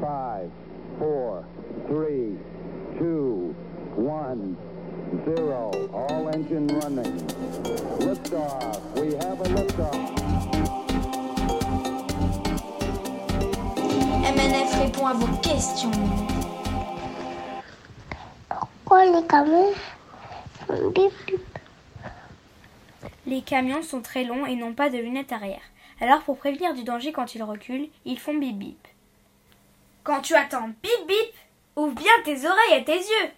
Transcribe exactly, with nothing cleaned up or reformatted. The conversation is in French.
five, four, three, two, one, zero. All engine running. Liftoff. We have a liftoff. M N F répond à vos questions. Pourquoi les camions font bip bip? Les camions sont très longs et n'ont pas de lunettes arrière. Alors pour prévenir du danger quand ils reculent, ils font bip bip. Quand tu attends bip bip, ouvre bien tes oreilles et tes yeux.